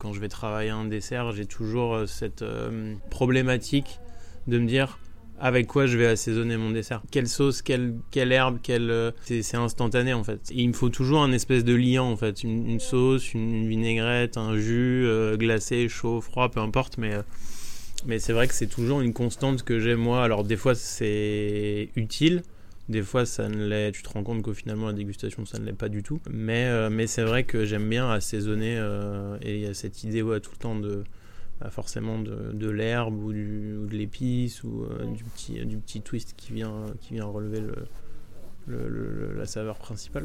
Quand je vais travailler un dessert, j'ai toujours cette problématique de me dire avec quoi je vais assaisonner mon dessert. Quelle sauce, quelle herbe, c'est instantané en fait. Et il me faut toujours un espèce de liant en fait. Une sauce, une vinaigrette, un jus glacé, chaud, froid, peu importe. Mais c'est vrai que c'est toujours une constante que j'ai moi. Alors des fois c'est utile. Des fois, ça ne l'est. Tu te rends compte qu'au finalement, la dégustation, ça ne l'est pas du tout. Mais c'est vrai que j'aime bien assaisonner et il y a cette idée tout le temps forcément de l'herbe ou de l'épice ou du petit twist qui vient relever la saveur principale.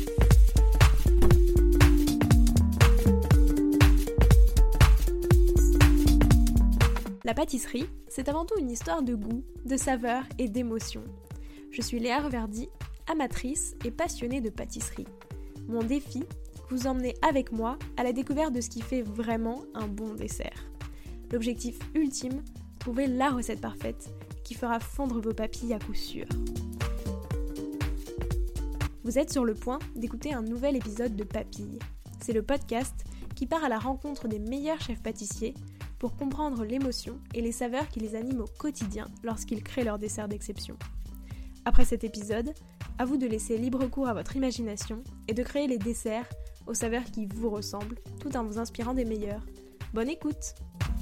La pâtisserie, c'est avant tout une histoire de goût, de saveur et d'émotion. Je suis Léa Reverdy, amatrice et passionnée de pâtisserie. Mon défi, vous emmener avec moi à la découverte de ce qui fait vraiment un bon dessert. L'objectif ultime, trouver la recette parfaite qui fera fondre vos papilles à coup sûr. Vous êtes sur le point d'écouter un nouvel épisode de Papilles. C'est le podcast qui part à la rencontre des meilleurs chefs pâtissiers pour comprendre l'émotion et les saveurs qui les animent au quotidien lorsqu'ils créent leurs desserts d'exception. Après cet épisode, à vous de laisser libre cours à votre imagination et de créer les desserts aux saveurs qui vous ressemblent, tout en vous inspirant des meilleurs. Bonne écoute!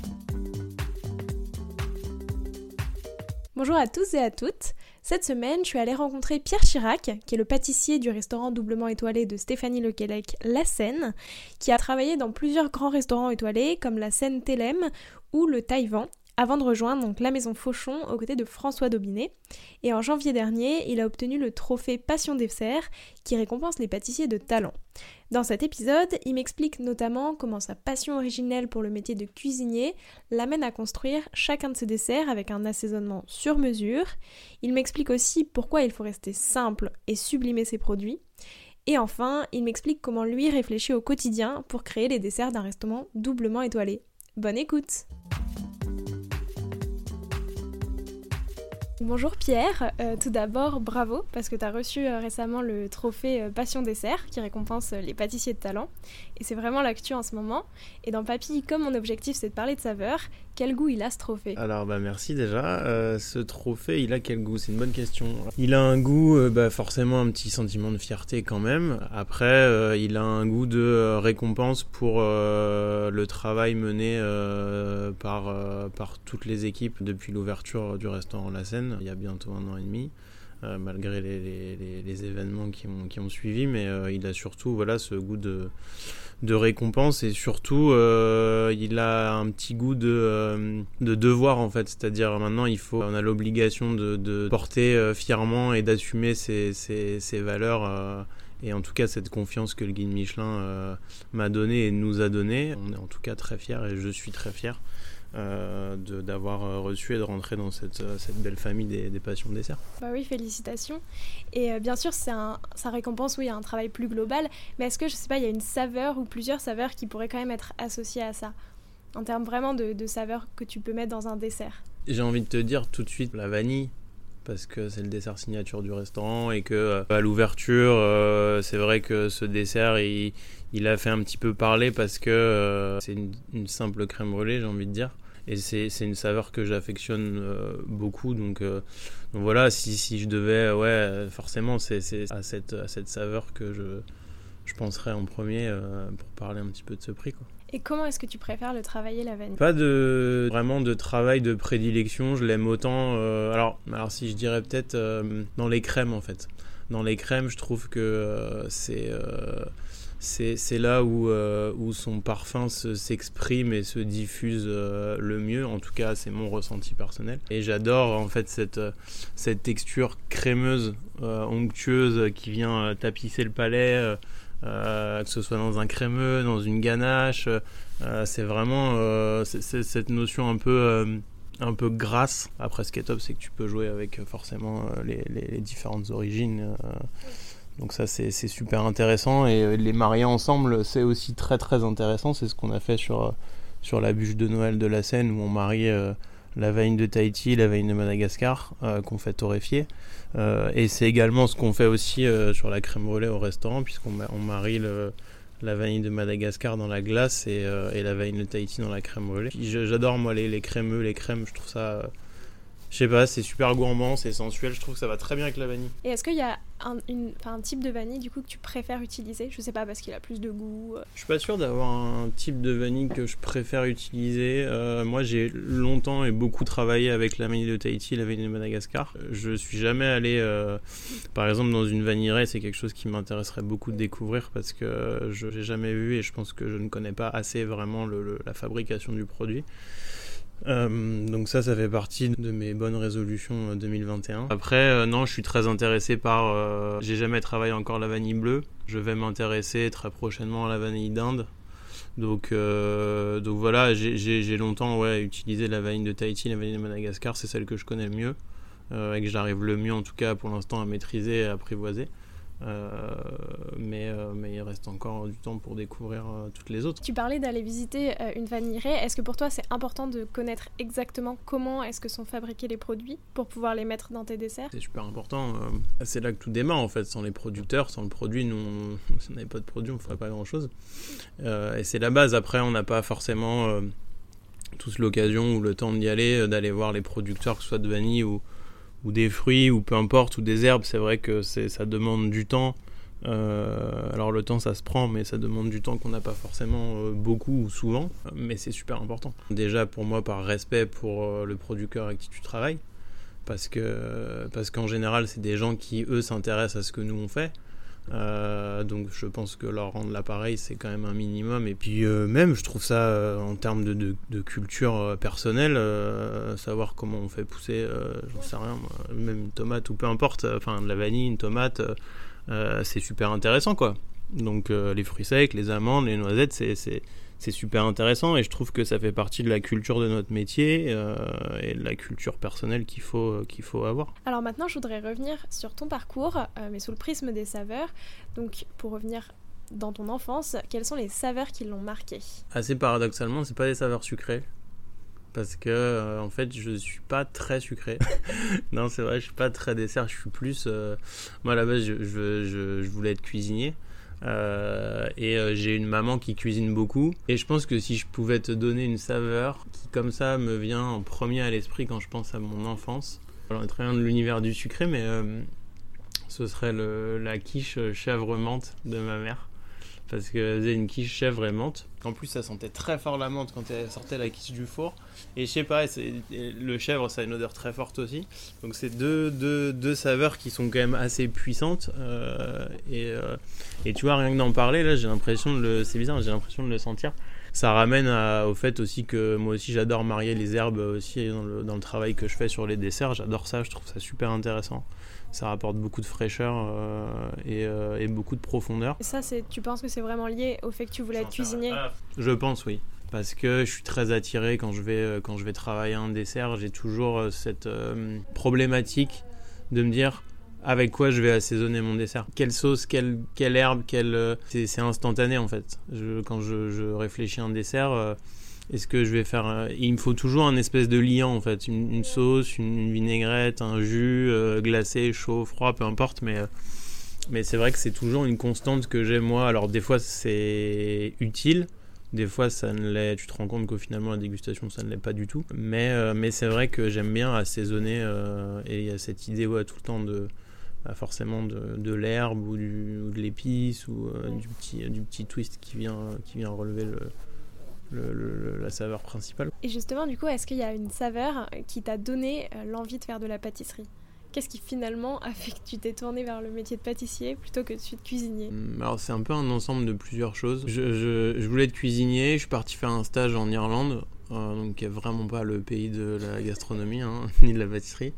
Bonjour à tous et à toutes. Cette semaine, je suis allée rencontrer Pierre Chirac, qui est le pâtissier du restaurant doublement étoilé de Stéphanie Lequelec, La Seine, qui a travaillé dans plusieurs grands restaurants étoilés comme la Seine Télème ou le Taïwan, avant de rejoindre donc la Maison Fauchon aux côtés de François Daubinet. Et en janvier dernier, il a obtenu le trophée Passion Dessert qui récompense les pâtissiers de talent. Dans cet épisode, il m'explique notamment comment sa passion originelle pour le métier de cuisinier l'amène à construire chacun de ses desserts avec un assaisonnement sur mesure. Il m'explique aussi pourquoi il faut rester simple et sublimer ses produits. Et enfin, il m'explique comment lui réfléchit au quotidien pour créer les desserts d'un restaurant doublement étoilé. Bonne écoute! Bonjour Pierre, tout d'abord bravo parce que tu as reçu récemment le trophée Passion Dessert qui récompense les pâtissiers de talent et c'est vraiment l'actu en ce moment. Et dans Papilles, comme mon objectif c'est de parler de saveur, quel goût il a ce trophée? Alors merci déjà, ce trophée il a quel goût? C'est une bonne question. Il a un goût, forcément un petit sentiment de fierté quand même. Après il a un goût de récompense pour le travail mené par toutes les équipes depuis l'ouverture du restaurant La Seine. Il y a bientôt 1 an et demi, malgré les événements qui ont suivi, mais il a surtout ce goût de récompense et surtout il a un petit goût de devoir en fait, c'est-à-dire maintenant on a l'obligation de porter fièrement et d'assumer ses valeurs et en tout cas cette confiance que le guide Michelin m'a donnée et nous a donnée. On est en tout cas très fiers et je suis très fier d'avoir reçu et de rentrer dans cette belle famille des passions de dessert. Bah oui, félicitations. Et bien sûr, ça récompense un travail plus global, mais est-ce que, je sais pas, il y a une saveur ou plusieurs saveurs qui pourraient quand même être associées à ça, en termes vraiment de saveurs que tu peux mettre dans un dessert? J'ai envie de te dire tout de suite la vanille, parce que c'est le dessert signature du restaurant et que à l'ouverture, c'est vrai que ce dessert, il a fait un petit peu parler parce que c'est une simple crème brûlée, j'ai envie de dire. Et c'est une saveur que j'affectionne beaucoup. Donc voilà, si je devais, forcément, c'est à cette saveur que je penserais en premier pour parler un petit peu de ce prix, quoi. Et comment est-ce que tu préfères le travailler, la vanille? Pas vraiment de travail de prédilection, je l'aime autant. Alors si je dirais peut-être dans les crèmes en fait. Dans les crèmes, je trouve que c'est là où son parfum s'exprime et se diffuse le mieux. En tout cas, c'est mon ressenti personnel. Et j'adore en fait cette texture crémeuse, onctueuse qui vient tapisser le palais. Que ce soit dans un crémeux, dans une ganache, c'est vraiment c'est cette notion un peu grasse. Après, ce qui est top, c'est que tu peux jouer avec forcément les différentes origines. Donc ça, c'est super intéressant. Et les marier ensemble, c'est aussi très très intéressant. C'est ce qu'on a fait sur la bûche de Noël de la Seine, où on marie la vanille de Tahiti, la vanille de Madagascar, qu'on fait torréfier. Et c'est également ce qu'on fait aussi sur la crème brûlée au restaurant, puisqu'on marie la vanille de Madagascar dans la glace et la vanille de Tahiti dans la crème brûlée. J'adore moi les crémeux, les crèmes, je trouve ça... je sais pas, c'est super gourmand, c'est sensuel, je trouve que ça va très bien avec la vanille. Et est-ce qu'il y a un type de vanille du coup que tu préfères utiliser ? Je sais pas, parce qu'il a plus de goût. Je suis pas sûr d'avoir un type de vanille que je préfère utiliser. Moi j'ai longtemps et beaucoup travaillé avec la vanille de Tahiti et la vanille de Madagascar. Je suis jamais allé par exemple dans une vanillerie, c'est quelque chose qui m'intéresserait beaucoup de découvrir parce que je l'ai jamais vu et je pense que je ne connais pas assez vraiment la fabrication du produit. Donc ça fait partie de mes bonnes résolutions 2021. Après non, je suis très intéressé par j'ai jamais travaillé encore la vanille bleue, je vais m'intéresser très prochainement à la vanille d'Inde. Donc voilà, j'ai longtemps utilisé la vanille de Tahiti, la vanille de Madagascar, c'est celle que je connais le mieux et que j'arrive le mieux en tout cas pour l'instant à maîtriser et à apprivoiser. Mais il reste encore du temps pour découvrir toutes les autres. Tu parlais d'aller visiter une vanillerie. Est-ce que pour toi c'est important de connaître exactement comment est-ce que sont fabriqués les produits pour pouvoir les mettre dans tes desserts ? C'est super important. C'est là que tout démarre en fait. Sans les producteurs, sans le produit, nous, si on n'avait pas de produit, on ne ferait pas grand-chose. Et c'est la base. Après, on n'a pas forcément tous l'occasion ou le temps d'y aller, d'aller voir les producteurs, que ce soit de vanille ou des fruits ou peu importe, ou des herbes. C'est vrai que ça demande du temps. Alors le temps ça se prend, mais ça demande du temps qu'on n'a pas forcément beaucoup ou souvent, mais c'est super important. Déjà pour moi, par respect pour le producteur avec qui tu travailles, parce qu'en général c'est des gens qui eux s'intéressent à ce que nous on fait. Donc je pense que leur rendre l'appareil c'est quand même un minimum, et puis même je trouve ça en termes de culture personnelle, savoir comment on fait pousser j'en sais rien moi, même une tomate ou peu importe, enfin de la vanille, une tomate, c'est super intéressant quoi. Donc les fruits secs, les amandes, les noisettes, c'est super intéressant, et je trouve que ça fait partie de la culture de notre métier et de la culture personnelle qu'il faut avoir. Alors maintenant, je voudrais revenir sur ton parcours, mais sous le prisme des saveurs. Donc pour revenir dans ton enfance, quelles sont les saveurs qui l'ont marqué ? Assez paradoxalement, c'est pas des saveurs sucrées. Parce que en fait je suis pas très sucré. Non, c'est vrai, je suis pas très dessert, je suis plus moi à la base je voulais être cuisinier. Et j'ai une maman qui cuisine beaucoup, et je pense que si je pouvais te donner une saveur qui comme ça me vient en premier à l'esprit quand je pense à mon enfance, alors très rien de l'univers du sucré, mais ce serait la quiche chèvre menthe de ma mère, parce qu'elle faisait une quiche chèvre et menthe. En plus ça sentait très fort la menthe quand elle sortait la quiche du four, et je sais pas, le chèvre ça a une odeur très forte aussi, donc c'est deux saveurs qui sont quand même assez puissantes, et tu vois, rien que d'en parler là, c'est bizarre, j'ai l'impression de le sentir. Ça ramène au fait aussi que moi aussi j'adore marier les herbes aussi dans le travail que je fais sur les desserts. J'adore ça, je trouve ça super intéressant. Ça rapporte beaucoup de fraîcheur et beaucoup de profondeur. Et ça, tu penses que c'est vraiment lié au fait que tu voulais être cuisinier ? Je pense, oui. Parce que je suis très attiré quand je vais travailler un dessert. J'ai toujours cette problématique de me dire avec quoi je vais assaisonner mon dessert. Quelle sauce, quelle herbe, c'est instantané en fait. Quand je réfléchis à un dessert, est-ce que je vais faire... il me faut toujours un espèce de liant en fait. Une sauce, une vinaigrette, un jus glacé, chaud, froid, peu importe. Mais c'est vrai que c'est toujours une constante que j'ai moi. Alors des fois c'est utile. Des fois, ça ne l'est. Tu te rends compte qu'au finalement, la dégustation, ça ne l'est pas du tout. Mais c'est vrai que j'aime bien assaisonner et il y a cette idée tout le temps forcément de l'herbe ou de l'épice ou du petit twist qui vient relever la saveur principale. Et justement, du coup, est-ce qu'il y a une saveur qui t'a donné l'envie de faire de la pâtisserie ? Qu'est-ce qui finalement a fait que tu t'es tourné vers le métier de pâtissier plutôt que de suite cuisinier ? Alors c'est un peu un ensemble de plusieurs choses. Je voulais être cuisinier, je suis parti faire un stage en Irlande, donc qui n'est vraiment pas le pays de la gastronomie ni de la pâtisserie.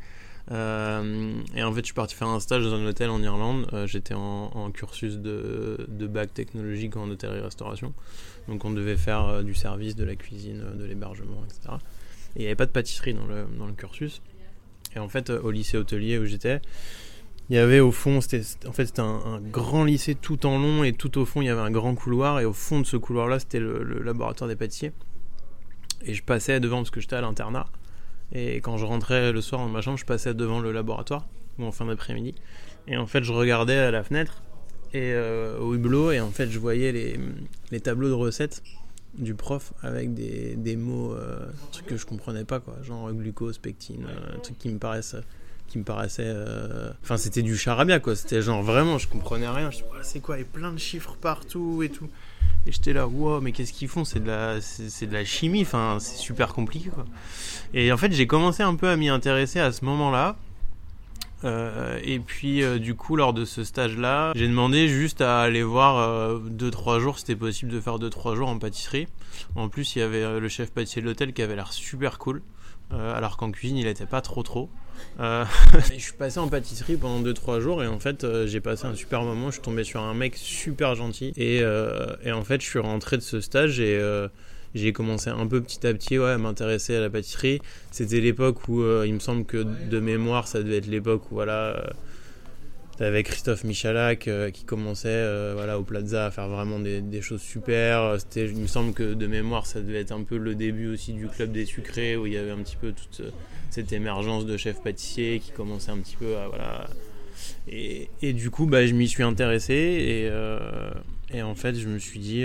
Et en fait je suis parti faire un stage dans un hôtel en Irlande. J'étais en cursus de bac technologique en hôtellerie-restauration, donc on devait faire du service, de la cuisine, de l'hébergement, etc. Et il n'y avait pas de pâtisserie dans le cursus. Et en fait, au lycée hôtelier où j'étais, il y avait au fond, c'était un grand lycée tout en long, et tout au fond, il y avait un grand couloir, et au fond de ce couloir-là, c'était le laboratoire des pâtissiers. Et je passais devant, parce que j'étais à l'internat, et quand je rentrais le soir dans ma chambre, je passais devant le laboratoire, ou en fin d'après-midi. Et en fait, je regardais à la fenêtre, et au hublot, et en fait je voyais les tableaux de recettes du prof avec des mots, trucs que je comprenais pas, quoi, genre glucose, pectine, trucs qui me paraissaient enfin c'était du charabia, quoi, c'était genre vraiment je comprenais rien, je me disais, c'est quoi, et plein de chiffres partout et tout, et j'étais là, wow, mais qu'est-ce qu'ils font, c'est de la chimie, enfin c'est super compliqué, quoi. Et en fait j'ai commencé un peu à m'y intéresser à ce moment-là. Et puis du coup lors de ce stage là j'ai demandé juste à aller voir 2-3 jours, c'était possible de faire 2-3 jours en pâtisserie. En plus il y avait le chef pâtissier de l'hôtel qui avait l'air super cool, alors qu'en cuisine il était pas trop. Je suis passé en pâtisserie pendant 2-3 jours et en fait j'ai passé un super moment, je suis tombé sur un mec super gentil et en fait je suis rentré de ce stage et j'ai commencé un peu petit à petit à m'intéresser à la pâtisserie. C'était l'époque où il me semble que de mémoire ça devait être l'époque où t'avais Christophe Michalak qui commençait au Plaza à faire vraiment des choses super. Il me semble que de mémoire ça devait être un peu le début aussi du Club des Sucrés où il y avait un petit peu toute cette émergence de chefs pâtissiers qui commençait un petit peu à et du coup je m'y suis intéressé et en fait je me suis dit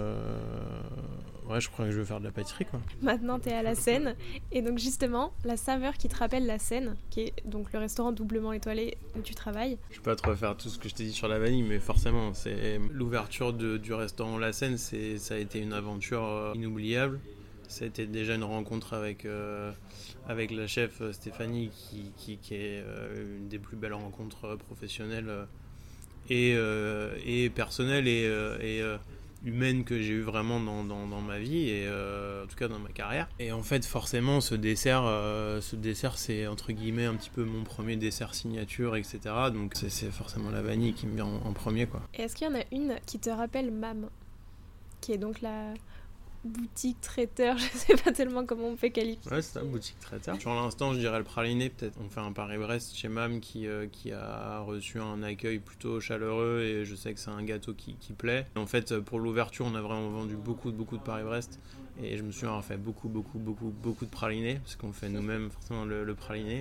je crois que je veux faire de la pâtisserie, quoi. Maintenant, t'es à la Seine. Et donc, justement, la saveur qui te rappelle la Seine, qui est donc le restaurant doublement étoilé où tu travailles. Je vais pas te refaire tout ce que je t'ai dit sur la vanille, mais forcément, c'est l'ouverture du restaurant La Seine, ça a été une aventure inoubliable. Ça a été déjà une rencontre avec la chef Stéphanie, qui est une des plus belles rencontres professionnelles et personnelles et humaine que j'ai eu vraiment dans ma vie et en tout cas dans ma carrière. Et en fait forcément ce dessert c'est entre guillemets un petit peu mon premier dessert signature, etc. Donc c'est forcément la vanille qui me vient en premier, quoi. Et est-ce qu'il y en a une qui te rappelle Mam, qui est donc la boutique traiteur, je sais pas tellement comment on fait qualifier. Ouais, c'est ça, boutique traiteur. Sur l'instant, je dirais le praliné, peut-être. On fait un Paris-Brest chez Mam qui a reçu un accueil plutôt chaleureux et je sais que c'est un gâteau qui plaît. En fait, pour l'ouverture, on a vraiment vendu beaucoup de Paris-Brest et je me suis fait beaucoup de praliné parce qu'on fait nous-mêmes forcément le praliné.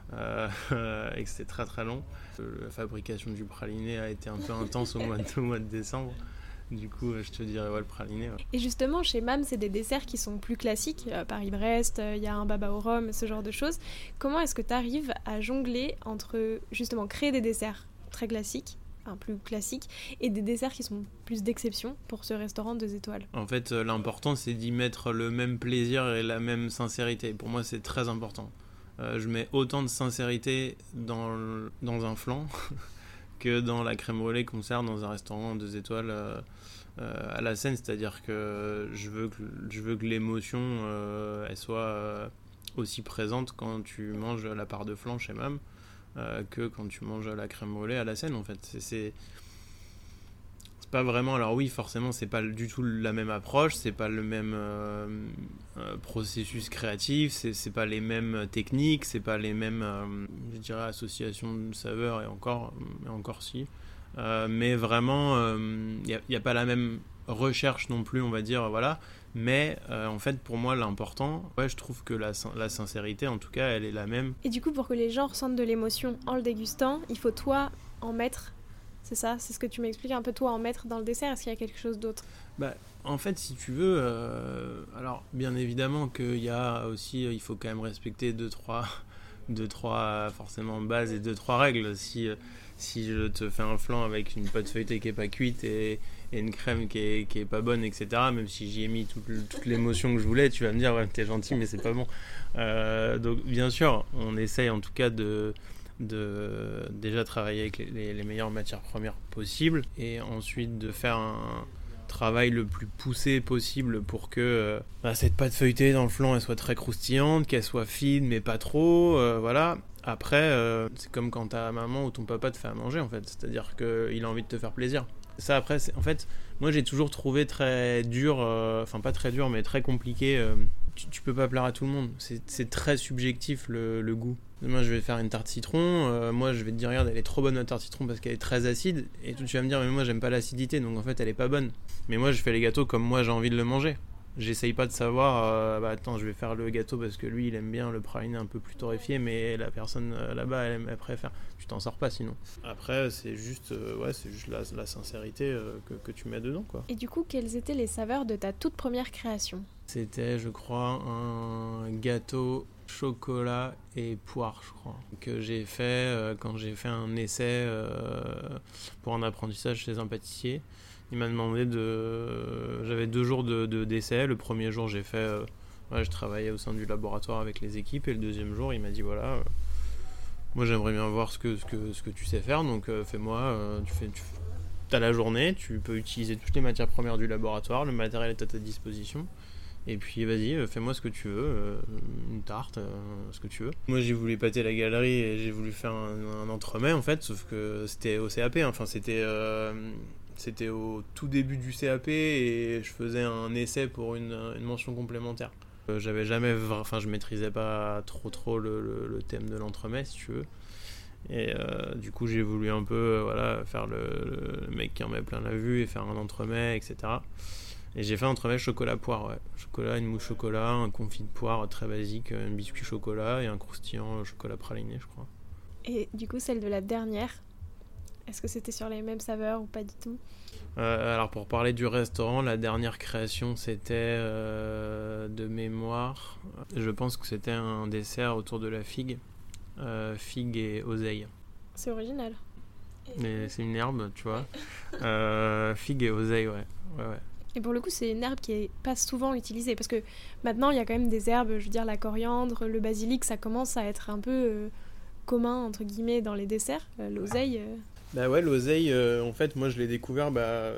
Et que c'était très long. La fabrication du praliné a été un peu intense au mois de décembre. Du coup, je te dirais le praliné. Ouais. Et justement, chez Mam, c'est des desserts qui sont plus classiques. Paris-Brest, il y a un baba au rhum, ce genre de choses. Comment est-ce que tu arrives à jongler entre, justement, créer des desserts très classiques, plus classiques, et des desserts qui sont plus d'exception pour ce restaurant 2 étoiles? En fait, l'important, c'est d'y mettre le même plaisir et la même sincérité. Pour moi, c'est très important. Je mets autant de sincérité dans un flan que dans la crème brûlée qu'on sert dans un restaurant 2 étoiles à la Seine, c'est-à-dire que je veux que l'émotion elle soit aussi présente quand tu manges la part de flan chez Mam que quand tu manges la crème brûlée à la Seine, en fait. C'est pas vraiment, alors oui, forcément c'est pas du tout la même approche, c'est pas le même processus créatif, c'est pas les mêmes techniques, c'est pas les mêmes je dirais associations de saveurs et encore si mais vraiment il y a pas la même recherche non plus, on va dire, voilà. Mais en fait pour moi l'important, je trouve que la sincérité en tout cas elle est la même. Et du coup pour que les gens ressentent de l'émotion en le dégustant, il faut toi en mettre. C'est ça, c'est ce que tu m'expliques un peu, toi, en mettre dans le dessert. Est-ce qu'il y a quelque chose d'autre ? En fait, si tu veux, alors bien évidemment qu'il y a aussi, il faut quand même respecter 2-3 forcément bases et 2-3 règles. Si je te fais un flan avec une pâte feuilletée qui est pas cuite et une crème qui est pas bonne, etc., même si j'y ai mis toute l'émotion que je voulais, tu vas me dire ouais, t'es gentil mais c'est pas bon. Donc bien sûr, on essaye en tout cas de déjà travailler avec les meilleures matières premières possibles et ensuite de faire un travail le plus poussé possible pour que cette pâte feuilletée dans le flan elle soit très croustillante, qu'elle soit fine mais pas trop, voilà. Après c'est comme quand ta maman ou ton papa te fait à manger, en fait, c'est-à-dire qu'il a envie de te faire plaisir. Ça après, en fait, moi j'ai toujours trouvé très dur, enfin pas très dur mais très compliqué, tu peux pas plaire à tout le monde, c'est très subjectif le goût. Moi je vais faire une tarte citron, moi je vais te dire regarde elle est trop bonne la tarte citron parce qu'elle est très acide, et tu vas me dire mais moi j'aime pas l'acidité donc en fait elle est pas bonne. Mais moi je fais les gâteaux comme moi j'ai envie de le manger, J'essaye pas de savoir, attends, je vais faire le gâteau parce que lui, il aime bien le praliné un peu plus torréfié, mais la personne là-bas, elle préfère. Tu t'en sors pas sinon. Après, c'est juste la sincérité que tu mets dedans, quoi. Et du coup, quelles étaient les saveurs de ta toute première création ? C'était, je crois, un gâteau chocolat et poire, je crois, que j'ai fait quand j'ai fait un essai pour un apprentissage chez un pâtissier. Il m'a demandé J'avais 2 jours d'essai. Le premier jour, j'ai fait... je travaillais au sein du laboratoire avec les équipes. Et le deuxième jour, il m'a dit, voilà, moi j'aimerais bien voir ce que tu sais faire. Donc fais-moi... T'as la journée, tu peux utiliser toutes les matières premières du laboratoire. Le matériel est à ta disposition. Et puis vas-y, fais-moi ce que tu veux, une tarte, ce que tu veux. Moi j'ai voulu pâter la galerie et j'ai voulu faire un entremets en fait, sauf que c'était au CAP, enfin c'était au tout début du CAP et je faisais un essai pour une mention complémentaire. J'avais jamais, je maîtrisais pas trop le thème de l'entremet si tu veux. Et du coup j'ai voulu un peu faire le mec qui en met plein la vue et faire un entremets, etc. Et j'ai fait un entremets chocolat-poire, ouais. Chocolat, une mousse chocolat, un confit de poire très basique, un biscuit chocolat et un croustillant chocolat praliné, je crois. Et du coup, celle de la dernière, est-ce que c'était sur les mêmes saveurs ou pas du tout ? Alors pour parler du restaurant, la dernière création c'était de mémoire. Je pense que c'était un dessert autour de la figue. Figue et oseille. C'est original. Mais c'est une herbe, tu vois. Figue et oseille, ouais. Et pour le coup, c'est une herbe qui est pas souvent utilisée parce que maintenant, il y a quand même des herbes, je veux dire la coriandre, le basilic, ça commence à être un peu commun entre guillemets dans les desserts. L'oseille. Bah ouais, l'oseille, en fait, moi je l'ai découvert,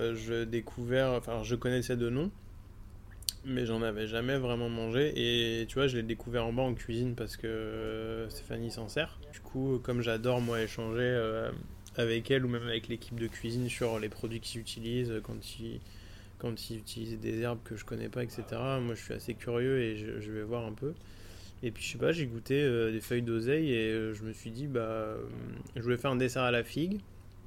je connaissais de nom, mais j'en avais jamais vraiment mangé. Et tu vois, je l'ai découvert en bas en cuisine parce que Stéphanie s'en sert. Du coup, comme j'adore moi échanger avec elle ou même avec l'équipe de cuisine sur les produits qu'ils utilisent quand ils utilisent des herbes que je connais pas, etc. Moi, je suis assez curieux et je vais voir un peu. Et puis, je sais pas, j'ai goûté des feuilles d'oseille et je me suis dit, je voulais faire un dessert à la figue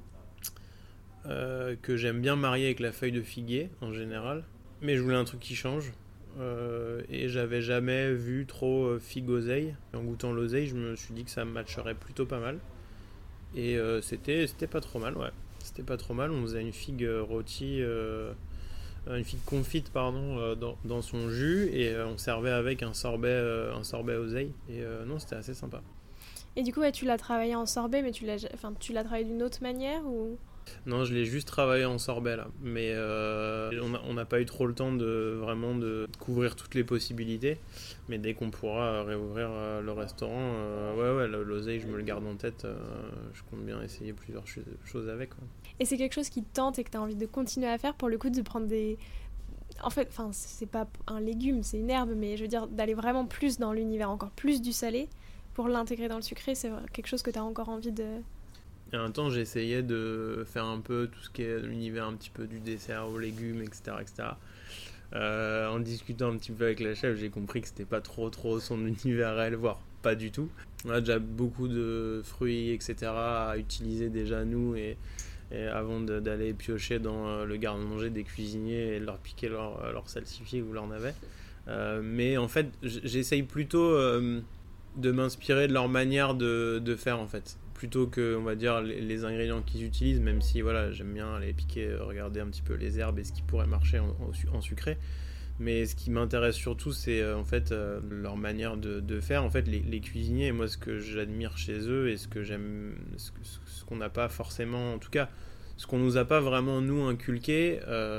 que j'aime bien marier avec la feuille de figuier en général. Mais je voulais un truc qui change. Et j'avais jamais vu trop figue oseille. Et en goûtant l'oseille, je me suis dit que ça matcherait plutôt pas mal. Et c'était pas trop mal, ouais. C'était pas trop mal. On faisait une figue rôtie... une figue confite dans son jus et on servait avec un sorbet oseille et non, c'était assez sympa. Et du coup tu l'as travaillé en sorbet, mais tu l'as travaillé d'une autre manière ou... Non, je l'ai juste travaillé en sorbet là, mais on n'a pas eu trop le temps de couvrir toutes les possibilités, mais dès qu'on pourra réouvrir le restaurant, l'oseille je me le garde en tête, je compte bien essayer plusieurs choses avec, quoi. Et c'est quelque chose qui te tente et que tu as envie de continuer à faire, pour le coup de prendre des... En fait, c'est pas un légume, c'est une herbe, mais je veux dire d'aller vraiment plus dans l'univers, encore plus du salé, pour l'intégrer dans le sucré, c'est quelque chose que tu as encore envie de... Et en même temps, j'essayais de faire un peu tout ce qui est l'univers un petit peu du dessert aux légumes, etc. En discutant un petit peu avec la chef, j'ai compris que c'était pas trop son univers à elle, voire pas du tout. On a déjà beaucoup de fruits, etc. à utiliser déjà nous et avant d'aller piocher dans le garde-manger des cuisiniers et de leur piquer leur salsifis ou leur navet. Mais en fait, j'essaye plutôt de m'inspirer de leur manière de faire en fait. Plutôt que, on va dire, les ingrédients qu'ils utilisent, même si voilà, j'aime bien aller piquer, regarder un petit peu les herbes et ce qui pourrait marcher en sucré. Mais ce qui m'intéresse surtout, c'est en fait leur manière de faire. En fait, les cuisiniers, moi, ce que j'admire chez eux et ce que j'aime, ce qu'on n'a pas forcément, en tout cas, ce qu'on nous a pas vraiment nous inculqué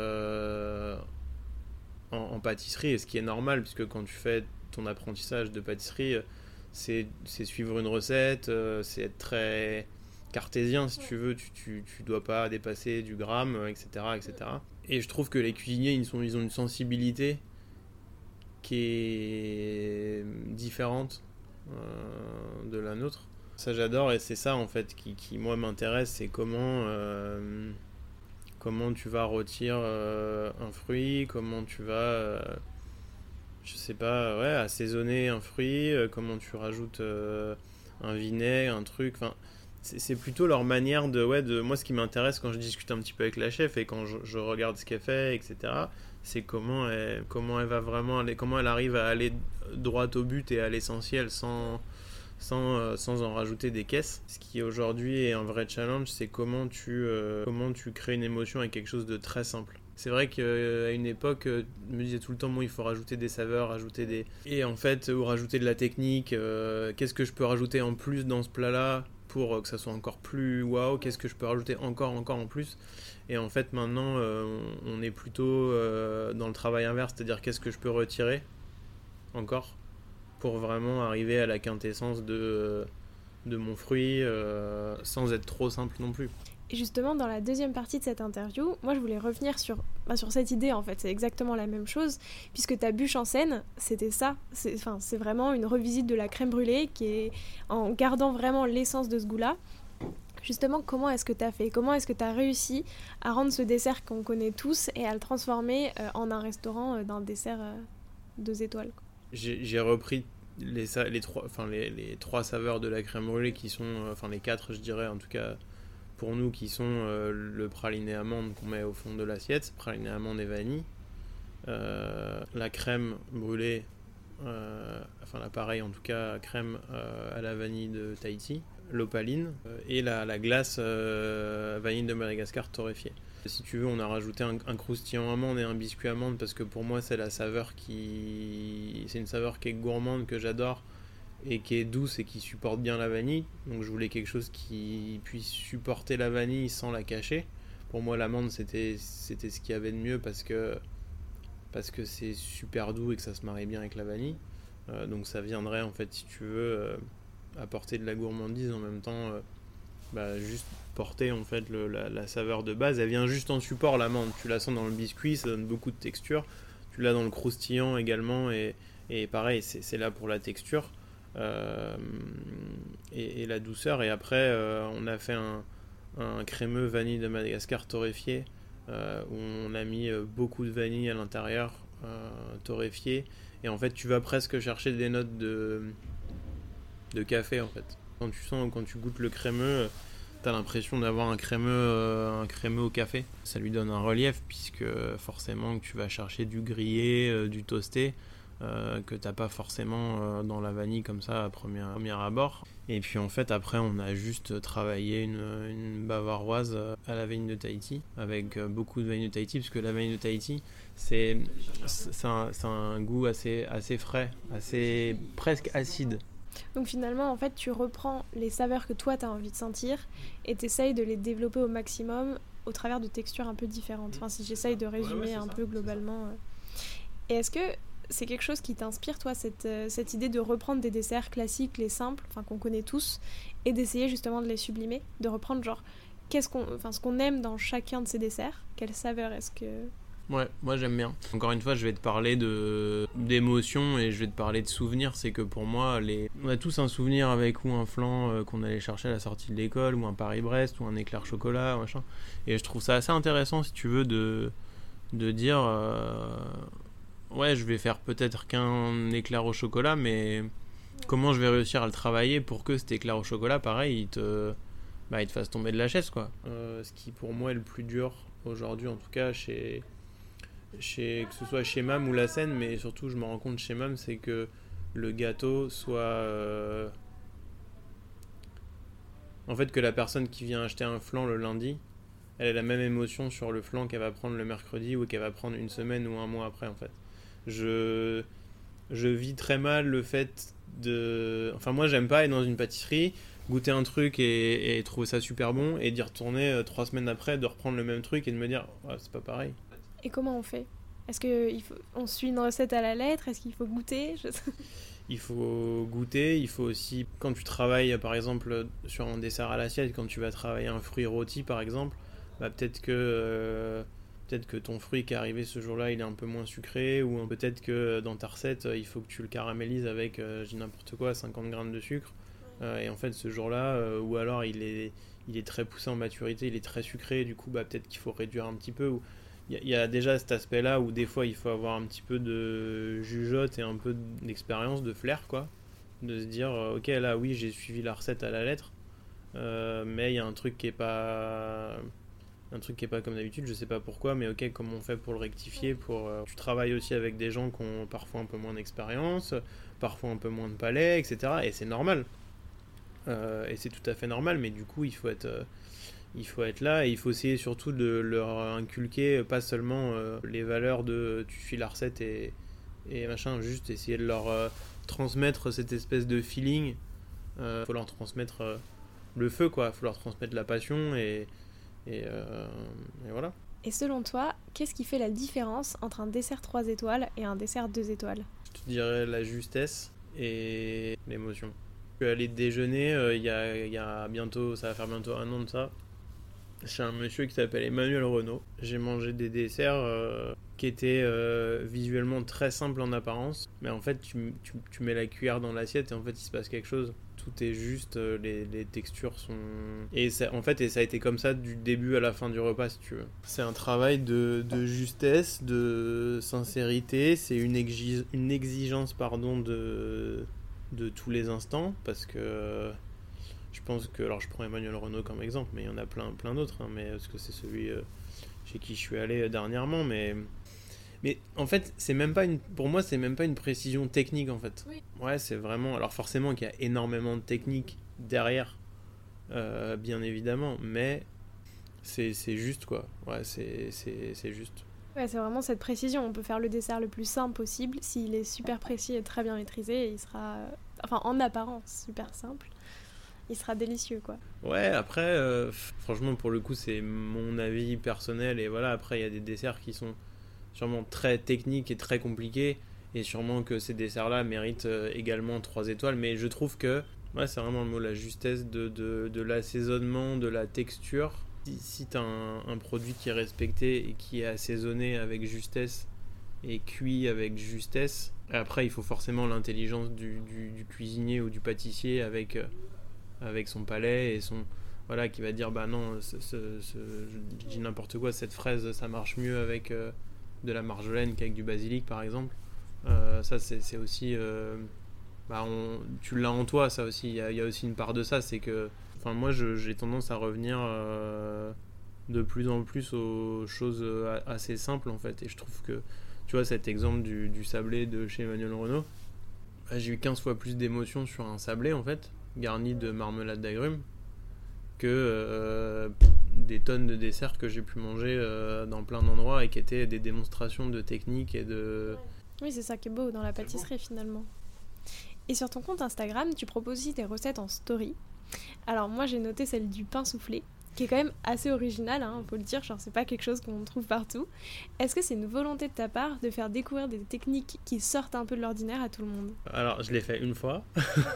en pâtisserie, et ce qui est normal, puisque quand tu fais ton apprentissage de pâtisserie, c'est suivre une recette, c'est être très cartésien si tu veux, tu dois pas dépasser du gramme, etc. Et je trouve que les cuisiniers, ils ont une sensibilité qui est différente de la nôtre. Ça j'adore, et c'est ça en fait qui moi m'intéresse, c'est comment tu vas rôtir un fruit, comment tu vas je sais pas, assaisonner un fruit, comment tu rajoutes un vinaigre, un truc, enfin c'est plutôt leur manière de moi ce qui m'intéresse quand je discute un petit peu avec la chef et quand je regarde ce qu'elle fait, etc. c'est comment elle va vraiment aller, comment elle arrive à aller droit au but et à l'essentiel sans en rajouter des caisses. Ce qui aujourd'hui est un vrai challenge, c'est comment tu crées une émotion avec quelque chose de très simple. C'est vrai qu'à une époque, je me disais tout le temps, bon, il faut rajouter des saveurs, rajouter des... Et en fait, ou rajouter de la technique, qu'est-ce que je peux rajouter en plus dans ce plat-là pour que ça soit encore plus waouh, qu'est-ce que je peux rajouter encore en plus. Et en fait, maintenant, on est plutôt dans le travail inverse, c'est-à-dire qu'est-ce que je peux retirer encore pour vraiment arriver à la quintessence de mon fruit sans être trop simple non plus. Et justement, dans la deuxième partie de cette interview, moi je voulais revenir sur cette idée en fait, c'est exactement la même chose, puisque ta bûche en scène, c'était ça, c'est vraiment une revisite de la crème brûlée qui est en gardant vraiment l'essence de ce goût-là. Justement, comment est-ce que tu as fait ? Comment est-ce que tu as réussi à rendre ce dessert qu'on connaît tous et à le transformer en un restaurant d'un dessert 2 étoiles ? J'ai repris les trois saveurs de la crème brûlée qui sont, les 4 je dirais en tout cas pour nous, qui sont le praliné amande qu'on met au fond de l'assiette, praliné amande et vanille, la crème brûlée, l'appareil en tout cas, crème à la vanille de Tahiti, l'opaline et la glace vanille de Madagascar torréfiée. Si tu veux, on a rajouté un croustillant amande et un biscuit amande parce que pour moi c'est la saveur c'est une saveur qui est gourmande, que j'adore et qui est douce et qui supporte bien la vanille. Donc je voulais quelque chose qui puisse supporter la vanille sans la cacher. Pour moi l'amande c'était ce qu'il y avait de mieux parce que c'est super doux et que ça se marie bien avec la vanille. Donc ça viendrait en fait, si tu veux, apporter de la gourmandise en même temps, juste porter en fait la saveur de base. Elle vient juste en support, l'amande, tu la sens dans le biscuit, ça donne beaucoup de texture, tu l'as dans le croustillant également et pareil c'est là pour la texture et la douceur. Et après on a fait un crémeux vanille de Madagascar torréfié où on a mis beaucoup de vanille à l'intérieur, torréfié, et en fait tu vas presque chercher des notes de café en fait. Quand tu goûtes le crémeux, t'as l'impression d'avoir un crémeux au café. Ça lui donne un relief puisque forcément que tu vas chercher du grillé, du toasté, que t'as pas forcément dans la vanille comme ça à premier abord. Et puis en fait après on a juste travaillé une bavaroise à la vanille de Tahiti avec beaucoup de vanille de Tahiti, parce que la vanille de Tahiti c'est un goût assez frais, assez presque acide. Donc finalement, en fait, tu reprends les saveurs que toi, tu as envie de sentir et tu essayes de les développer au maximum au travers de textures un peu différentes. Enfin, si j'essaye de résumer un peu globalement. Et est-ce que c'est quelque chose qui t'inspire, toi, cette idée de reprendre des desserts classiques, les simples, qu'on connaît tous, et d'essayer justement de les sublimer, de reprendre genre ce qu'on aime dans chacun de ces desserts, quelle saveur est-ce que... Ouais, moi j'aime bien. Encore une fois, je vais te parler d'émotions et je vais te parler de souvenirs. C'est que pour moi, on a tous un souvenir avec ou un flan qu'on allait chercher à la sortie de l'école, ou un Paris-Brest, ou un éclair chocolat, machin. Et je trouve ça assez intéressant, si tu veux, de dire ouais, je vais faire peut-être qu'un éclair au chocolat, mais comment je vais réussir à le travailler pour que cet éclair au chocolat, pareil, il te fasse tomber de la chaise, quoi. Ce qui pour moi est le plus dur aujourd'hui, en tout cas que ce soit chez Mam ou la Seine, mais surtout je me rends compte chez Mam, c'est que le gâteau soit en fait, que la personne qui vient acheter un flan le lundi, elle a la même émotion sur le flan qu'elle va prendre le mercredi ou qu'elle va prendre une semaine ou un mois après. En fait, je vis très mal le fait moi j'aime pas aller dans une pâtisserie, goûter un truc et trouver ça super bon, et d'y retourner 3 semaines après, de reprendre le même truc et de me dire c'est pas pareil. Et comment on fait ? Est-ce qu'on suit une recette à la lettre ? Est-ce qu'il faut goûter ? Il faut goûter, il faut aussi, quand tu travailles par exemple sur un dessert à l'assiette, quand tu vas travailler un fruit rôti par exemple, peut-être que ton fruit qui est arrivé ce jour-là il est un peu moins sucré, ou peut-être que dans ta recette il faut que tu le caramélises avec, je dis n'importe quoi, 50 grammes de sucre, et en fait ce jour-là, ou alors il est très poussé en maturité, il est très sucré, du coup peut-être qu'il faut réduire un petit peu, ou il y a déjà cet aspect-là où des fois il faut avoir un petit peu de jugeote et un peu d'expérience, de flair, quoi, de se dire ok, là oui j'ai suivi la recette à la lettre, mais il y a un truc qui est pas un truc qui est pas comme d'habitude, je sais pas pourquoi, mais ok, comment on fait pour le rectifier, tu travailles aussi avec des gens qui ont parfois un peu moins d'expérience, parfois un peu moins de palais, etc. Et c'est normal. Et c'est tout à fait normal, mais du coup, il faut être là, et il faut essayer surtout de leur inculquer pas seulement les valeurs de tu suis la recette et machin, juste essayer de leur transmettre cette espèce de feeling. Faut leur transmettre le feu, quoi. Faut leur transmettre la passion et voilà. Et selon toi, qu'est-ce qui fait la différence entre un dessert 3 étoiles et un dessert 2 étoiles ? Je te dirais la justesse et l'émotion. Je suis allé déjeuner il y a bientôt, ça va faire bientôt 1 an de ça, chez un monsieur qui s'appelle Emmanuel Renaud. J'ai mangé des desserts qui étaient visuellement très simples en apparence, mais en fait tu mets la cuillère dans l'assiette et en fait il se passe quelque chose. Tout est juste, les textures sont... Et ça a été comme ça du début à la fin du repas, si tu veux. C'est un travail de justesse, de sincérité, c'est une exigence de tous les instants, parce que je pense que... Alors je prends Emmanuel Renaud comme exemple, mais il y en a plein d'autres, hein, mais parce que c'est celui chez qui je suis allé dernièrement, mais en fait, pour moi, c'est même pas une précision technique, en fait. Oui. Ouais, c'est vraiment... Alors forcément qu'il y a énormément de technique derrière, bien évidemment, mais c'est juste, quoi. Ouais, c'est juste. Ouais, c'est vraiment cette précision. On peut faire le dessert le plus simple possible. S'il est super précis et très bien maîtrisé, il sera... Enfin, en apparence, super simple. Il sera délicieux, quoi. Ouais, après, franchement, pour le coup, c'est mon avis personnel. Et voilà, après, il y a des desserts qui sont sûrement très techniques et très compliqués. Et sûrement que ces desserts-là méritent également 3 étoiles. Mais je trouve que, ouais, c'est vraiment le mot, la justesse de l'assaisonnement, de la texture. Si tu as un produit qui est respecté et qui est assaisonné avec justesse et cuit avec justesse, après, il faut forcément l'intelligence du cuisinier ou du pâtissier avec son palais et son... Voilà, qui va dire, bah non, je dis n'importe quoi, cette fraise, ça marche mieux avec de la marjolaine qu'avec du basilic, par exemple. Ça, c'est aussi... tu l'as en toi, ça aussi. Il y a aussi une part de ça, c'est que... Enfin, moi, j'ai tendance à revenir de plus en plus aux choses assez simples, en fait. Et je trouve que, tu vois, cet exemple du sablé de chez Emmanuel Renaud, j'ai eu 15 fois plus d'émotions sur un sablé, en fait, garni de marmelade d'agrumes, que des tonnes de desserts que j'ai pu manger dans plein d'endroits et qui étaient des démonstrations de technique et de... Oui, c'est ça qui est beau dans la pâtisserie, finalement. Et sur ton compte Instagram, tu proposes aussi des recettes en story. Alors moi, j'ai noté celle du pain soufflé, qui est quand même assez originale, hein, faut le dire, genre c'est pas quelque chose qu'on trouve partout. Est-ce que c'est une volonté de ta part de faire découvrir des techniques qui sortent un peu de l'ordinaire à tout le monde ? Alors, je l'ai fait une fois.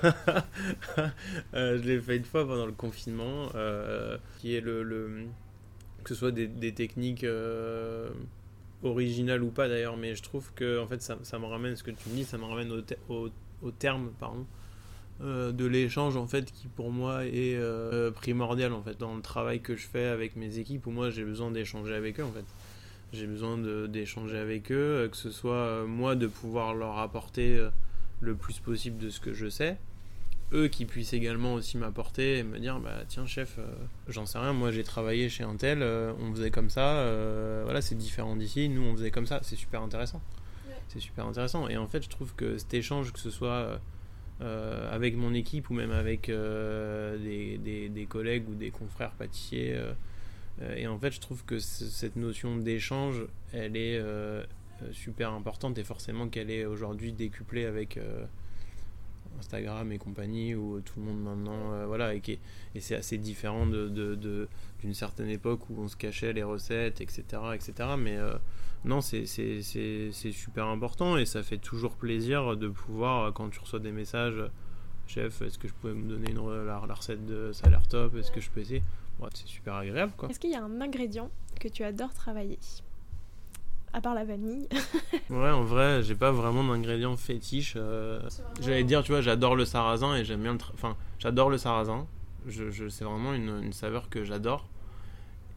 Je l'ai fait une fois pendant le confinement, qui est que ce soit des techniques originales ou pas d'ailleurs, mais je trouve que en fait, ça me ramène, ce que tu me dis, ça me ramène au terme, pardon, de l'échange en fait, qui pour moi est primordial en fait dans le travail que je fais avec mes équipes, où moi j'ai besoin d'échanger avec eux en fait. J'ai besoin d'échanger avec eux, que ce soit moi de pouvoir leur apporter le plus possible de ce que je sais, eux qui puissent également aussi m'apporter et me dire bah tiens chef, j'en sais rien, moi j'ai travaillé chez un tel, on faisait comme ça, voilà, c'est différent d'ici, nous on faisait comme ça, c'est super intéressant. Ouais. C'est super intéressant, et en fait je trouve que cet échange, que ce soit avec mon équipe ou même avec des collègues ou des confrères pâtissiers, et en fait je trouve que cette notion d'échange, elle est super importante, et forcément qu'elle est aujourd'hui décuplée avec Instagram et compagnie, où tout le monde maintenant voilà, et c'est assez différent d'une certaine époque où on se cachait les recettes, etc. Mais non, c'est super important, et ça fait toujours plaisir de pouvoir, quand tu reçois des messages, chef, est-ce que je pouvais me donner la recette de ça a l'air top, est-ce que je peux essayer, ouais, c'est super agréable, quoi. Est-ce qu'il y a un ingrédient que tu adores travailler, à part la vanille? Ouais, en vrai, j'ai pas vraiment d'ingrédient fétiche. J'allais dire, tu vois, j'adore le sarrasin et j'aime bien j'adore le sarrasin. C'est vraiment une saveur que j'adore.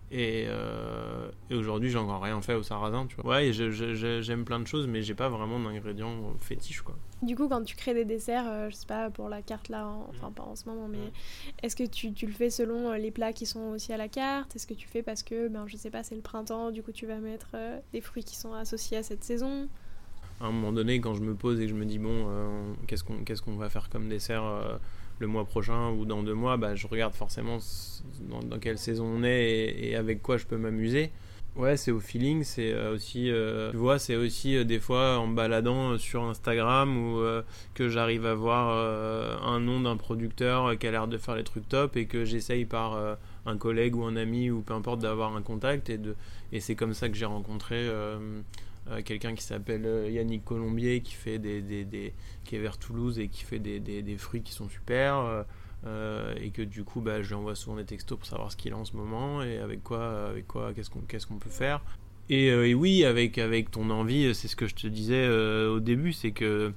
Et aujourd'hui, j'ai encore rien fait au sarrasin, tu vois. Ouais, et j'aime plein de choses, mais j'ai pas vraiment d'ingrédients fétiches, quoi. Du coup, quand tu crées des desserts, je sais pas, pour la carte là, enfin pas en ce moment, mais est-ce que tu le fais selon les plats qui sont aussi à la carte ? Est-ce que tu fais parce que, je sais pas, c'est le printemps, du coup tu vas mettre des fruits qui sont associés à cette saison ? À un moment donné, quand je me pose et que je me dis, bon, qu'est-ce qu'on va faire comme dessert le mois prochain ou dans 2 mois, je regarde forcément dans quelle saison on est et avec quoi je peux m'amuser. Ouais, c'est au feeling, c'est aussi, tu vois, c'est aussi des fois en baladant sur Instagram où que j'arrive à voir un nom d'un producteur qui a l'air de faire les trucs top et que j'essaye par un collègue ou un ami ou peu importe d'avoir un contact et c'est comme ça que j'ai rencontré quelqu'un qui s'appelle Yannick Colombier qui fait qui est vers Toulouse et qui fait des fruits qui sont super. Et que du coup je lui envoie souvent des textos pour savoir ce qu'il a en ce moment et avec quoi qu'est-ce qu'on peut faire et oui avec ton envie, c'est ce que je te disais au début, c'est que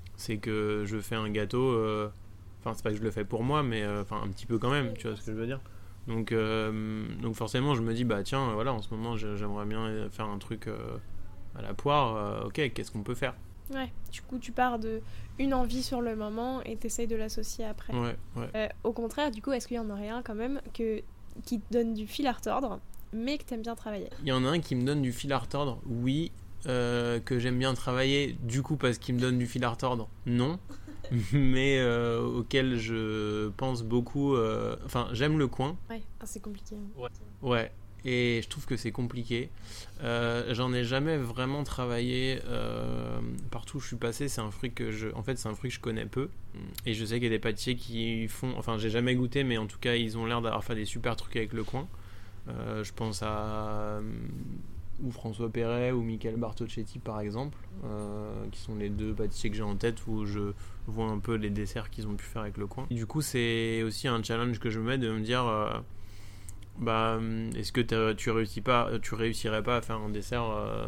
je fais un gâteau, enfin c'est pas que je le fais pour moi mais un petit peu quand même, tu vois ce que je veux dire, donc forcément je me dis tiens voilà, en ce moment j'aimerais bien faire un truc à la poire, ok, qu'est-ce qu'on peut faire. Ouais, du coup tu pars de une envie sur le moment et t'essayes de l'associer après. Ouais. Au contraire, du coup, est-ce qu'il y en aurait un quand même qui te donne du fil à retordre, mais que t'aimes bien travailler ? Il y en a un qui me donne du fil à retordre, oui, que j'aime bien travailler, du coup parce qu'il me donne du fil à retordre, non, mais auquel je pense beaucoup, j'aime le coin. Ouais, c'est compliqué. Ouais. Et je trouve que c'est compliqué. J'en ai jamais vraiment travaillé partout où je suis passé. C'est un fruit que je connais peu. Et je sais qu'il y a des pâtissiers qui font. Enfin, j'ai jamais goûté, mais en tout cas, ils ont l'air d'avoir fait des super trucs avec le coin. Je pense à ou François Perret ou Michael Bartocchetti par exemple, qui sont les 2 pâtissiers que j'ai en tête où je vois un peu les desserts qu'ils ont pu faire avec le coin. Et du coup, c'est aussi un challenge que je me mets de me dire. Est-ce que tu réussirais pas à faire un dessert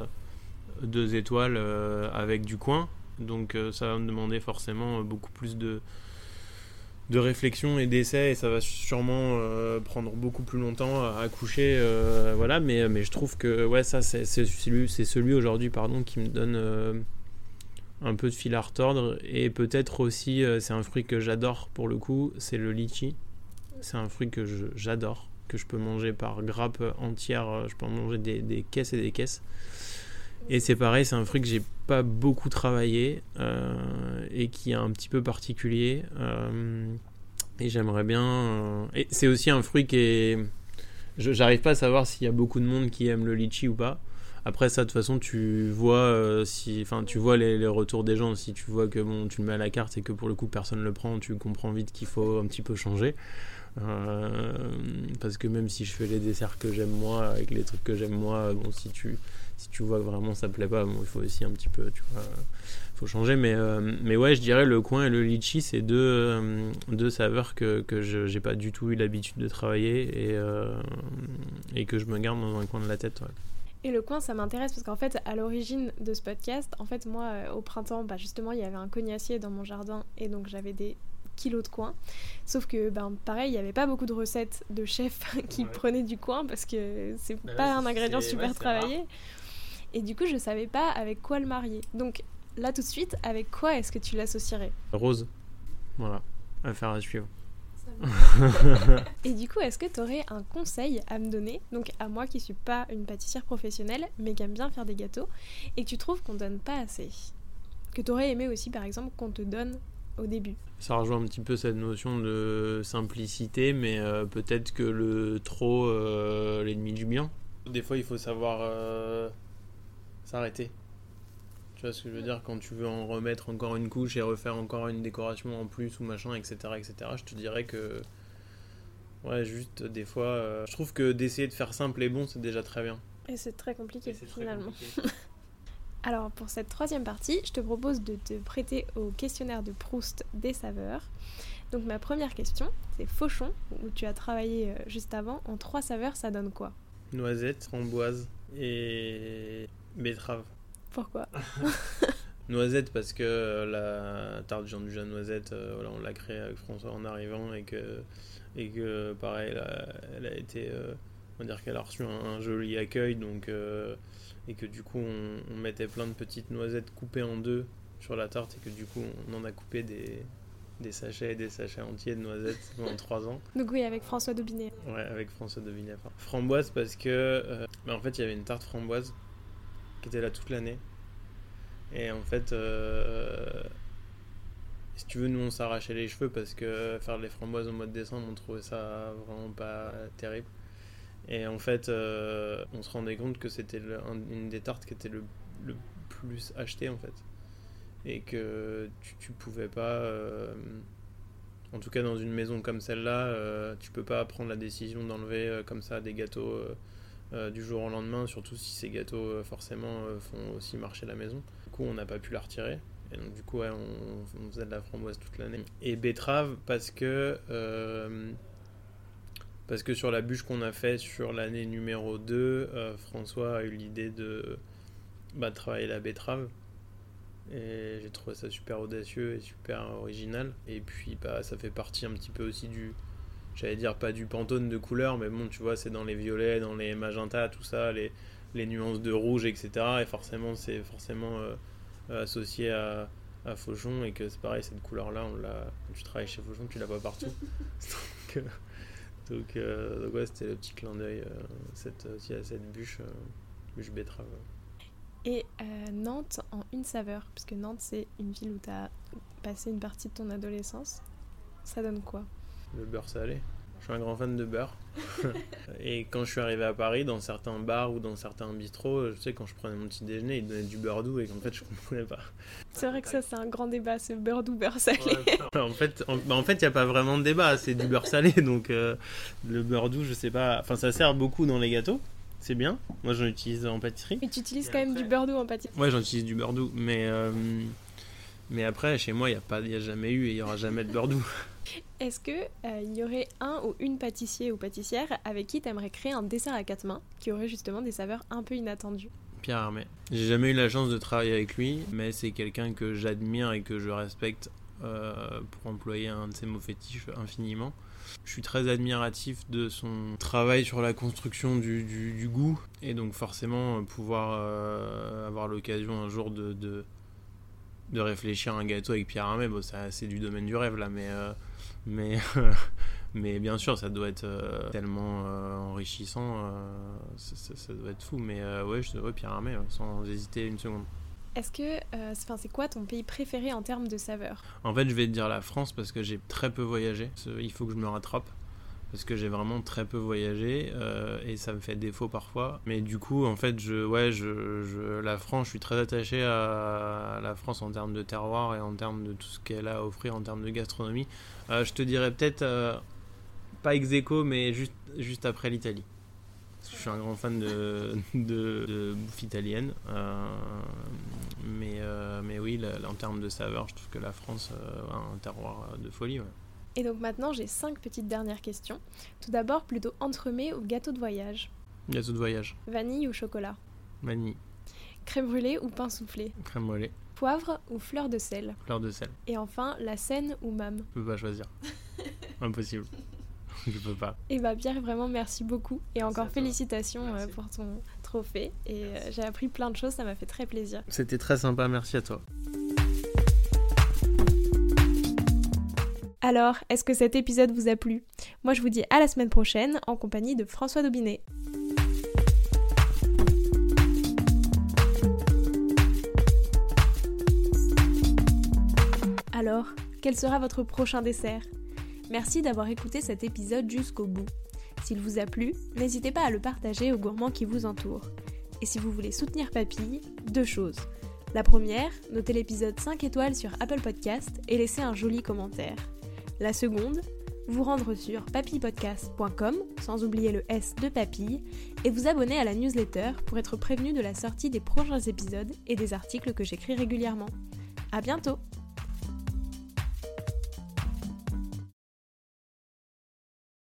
2 étoiles avec du coin, donc ça va me demander forcément beaucoup plus de réflexion et d'essai et ça va sûrement prendre beaucoup plus longtemps à coucher, voilà, mais je trouve que ouais, ça c'est celui aujourd'hui qui me donne un peu de fil à retordre. Et peut-être aussi c'est un fruit que j'adore pour le coup, c'est le litchi. C'est un fruit que j'adore, que je peux manger par grappe entière, je peux en manger des caisses et des caisses. Et c'est pareil, c'est un fruit que j'ai pas beaucoup travaillé et qui est un petit peu particulier. Et j'aimerais bien... Et c'est aussi un fruit qui est... J'arrive pas à savoir s'il y a beaucoup de monde qui aime le litchi ou pas. Après ça, de toute façon, tu vois tu vois les retours des gens. Si tu vois que tu le mets à la carte et que pour le coup personne le prend, tu comprends vite qu'il faut un petit peu changer. Parce que même si je fais les desserts que j'aime moi avec les trucs que j'aime moi, si tu vois que vraiment ça plaît pas, il faut aussi un petit peu, tu vois, faut changer. Mais ouais, je dirais le coin et le litchi, c'est deux saveurs que j'ai pas du tout eu l'habitude de travailler et que je me garde dans un coin de la tête. Ouais. Et le coin, ça m'intéresse parce qu'en fait, à l'origine de ce podcast, en fait, moi, au printemps, justement, il y avait un cognacier dans mon jardin et donc j'avais des kilos de coin. Sauf que, pareil, il n'y avait pas beaucoup de recettes de chefs qui prenaient du coin parce que c'est pas un ingrédient super travaillé. Rare. Et du coup, je savais pas avec quoi le marier. Donc là, tout de suite, avec quoi est-ce que tu l'associerais ? Rose. Voilà. Affaire à suivre. Et du coup, est-ce que tu aurais un conseil à me donner, donc à moi qui suis pas une pâtissière professionnelle mais qui aime bien faire des gâteaux et que tu trouves qu'on donne pas assez, que tu aurais aimé aussi par exemple qu'on te donne au début? Ça rejoint un petit peu cette notion de simplicité, mais peut-être que le trop l'ennemi du bien. Des fois il faut savoir s'arrêter. Tu vois ce que je veux dire, quand tu veux en remettre encore une couche et refaire encore une décoration en plus ou machin, etc. Je te dirais que ouais, juste des fois je trouve que d'essayer de faire simple et bon, c'est déjà très bien. Et c'est très compliqué finalement. Alors pour cette 3e partie, je te propose de te prêter au questionnaire de Proust des saveurs. Donc ma première question, c'est Fauchon, où tu as travaillé juste avant. En 3 saveurs, ça donne quoi ? Noisette, framboise et betterave. Pourquoi ? Noisette parce que la tarte Jean Dujardin noisette, voilà, on l'a créée avec François en arrivant et que pareil, elle a été on va dire qu'elle a reçu un joli accueil, donc, et que du coup on mettait plein de petites noisettes coupées en deux sur la tarte, et que du coup on en a coupé des sachets et des sachets entiers de noisettes pendant 3 ans. Donc oui, avec François Daubinet. Ouais, avec François Daubinet. Framboise parce que en fait il y avait une tarte framboise qui était là toute l'année. Et en fait, si tu veux, nous on s'arrachait les cheveux parce que faire les framboises au mois de décembre, on trouvait ça vraiment pas terrible. Et en fait, on se rendait compte que c'était une des tartes qui était le plus achetée en fait. Et que tu pouvais pas, en tout cas dans une maison comme celle-là, tu peux pas prendre la décision d'enlever comme ça des gâteaux du jour au lendemain, surtout si ces gâteaux forcément font aussi marcher la maison. Du coup, on n'a pas pu la retirer. Et donc du coup, ouais, on faisait de la framboise toute l'année. Et betterave parce que sur la bûche qu'on a fait sur l'année numéro 2, François a eu l'idée de travailler la betterave. Et j'ai trouvé ça super audacieux et super original. Et puis ça fait partie un petit peu aussi j'allais dire pas du Pantone de couleurs, mais bon, tu vois, c'est dans les violets, dans les magentas, tout ça, les nuances de rouge, etc. Et forcément, c'est associé à Fauchon, et que c'est pareil, cette couleur-là, quand tu travailles chez Fauchon, tu l'as pas partout. donc ouais, c'était le petit clin d'œil aussi à cette bûche betterave. Et Nantes en une saveur, parce que Nantes c'est une ville où tu as passé une partie de ton adolescence. Ça donne quoi? Le beurre salé. Je suis un grand fan de beurre. Et quand je suis arrivé à Paris, dans certains bars ou dans certains bistrots, je sais, quand je prenais mon petit déjeuner, ils donnaient du beurre doux et qu'en fait je comprenais pas. C'est vrai que ça c'est un grand débat, ce beurre doux, beurre salé. Ouais, en fait, il n'y a pas vraiment de débat, c'est du beurre salé, donc le beurre doux, je sais pas. Enfin, ça sert beaucoup dans les gâteaux. C'est bien, moi j'en utilise en pâtisserie. Mais tu utilises quand même du beurre doux en pâtisserie? Ouais, j'en utilise du beurre doux, mais après, chez moi, il n'y a jamais eu et il n'y aura jamais de beurre doux. Est-ce qu'il y aurait un ou une pâtissier ou pâtissière avec qui tu aimerais créer un dessert à 4 mains qui aurait justement des saveurs un peu inattendues? Pierre Hermé. J'ai jamais eu la chance de travailler avec lui, mais c'est quelqu'un que j'admire et que je respecte, pour employer un de ses mots fétiches, infiniment. Je suis très admiratif de son travail sur la construction du goût, et donc forcément pouvoir avoir l'occasion un jour de réfléchir à un gâteau avec Pierre Hermé, c'est du domaine du rêve là, mais bien sûr ça doit être tellement enrichissant, ça doit être fou, mais ouais, Pierre Hermé, sans hésiter une seconde. Est-ce que c'est quoi ton pays préféré en termes de saveurs? En fait, je vais te dire la France parce que j'ai très peu voyagé. Il faut que je me rattrape parce que j'ai vraiment très peu voyagé, et ça me fait défaut parfois. Mais du coup, en fait, la France, je suis très attaché à la France en termes de terroir et en termes de tout ce qu'elle a à offrir en termes de gastronomie. Je te dirais peut-être pas ex aequo, mais juste après l'Italie. Je suis un grand fan de bouffe italienne, mais oui, en termes de saveur, je trouve que la France a un terroir de folie. Ouais. Et donc maintenant, j'ai 5 petites dernières questions. Tout d'abord, plutôt entremets ou gâteau de voyage? Gâteau de voyage. Vanille ou chocolat? Vanille. Crème brûlée ou pain soufflé? Crème brûlée. Poivre ou fleur de sel? Fleur de sel. Et enfin, la Seine ou Mam? Je peux pas choisir. Impossible. Je peux pas. Et Pierre, vraiment merci beaucoup. Et merci encore félicitations pour ton trophée. Et j'ai appris plein de choses, ça m'a fait très plaisir. C'était très sympa, merci à toi. Alors, est-ce que cet épisode vous a plu? Moi, je vous dis à la semaine prochaine en compagnie de François Daubinet. Alors, quel sera votre prochain dessert? Merci d'avoir écouté cet épisode jusqu'au bout. S'il vous a plu, n'hésitez pas à le partager aux gourmands qui vous entourent. Et si vous voulez soutenir Papille, 2 choses. La première, notez l'épisode 5 étoiles sur Apple Podcast et laissez un joli commentaire. La seconde, vous rendre sur papillepodcast.com, sans oublier le S de Papille, et vous abonner à la newsletter pour être prévenu de la sortie des prochains épisodes et des articles que j'écris régulièrement. À bientôt!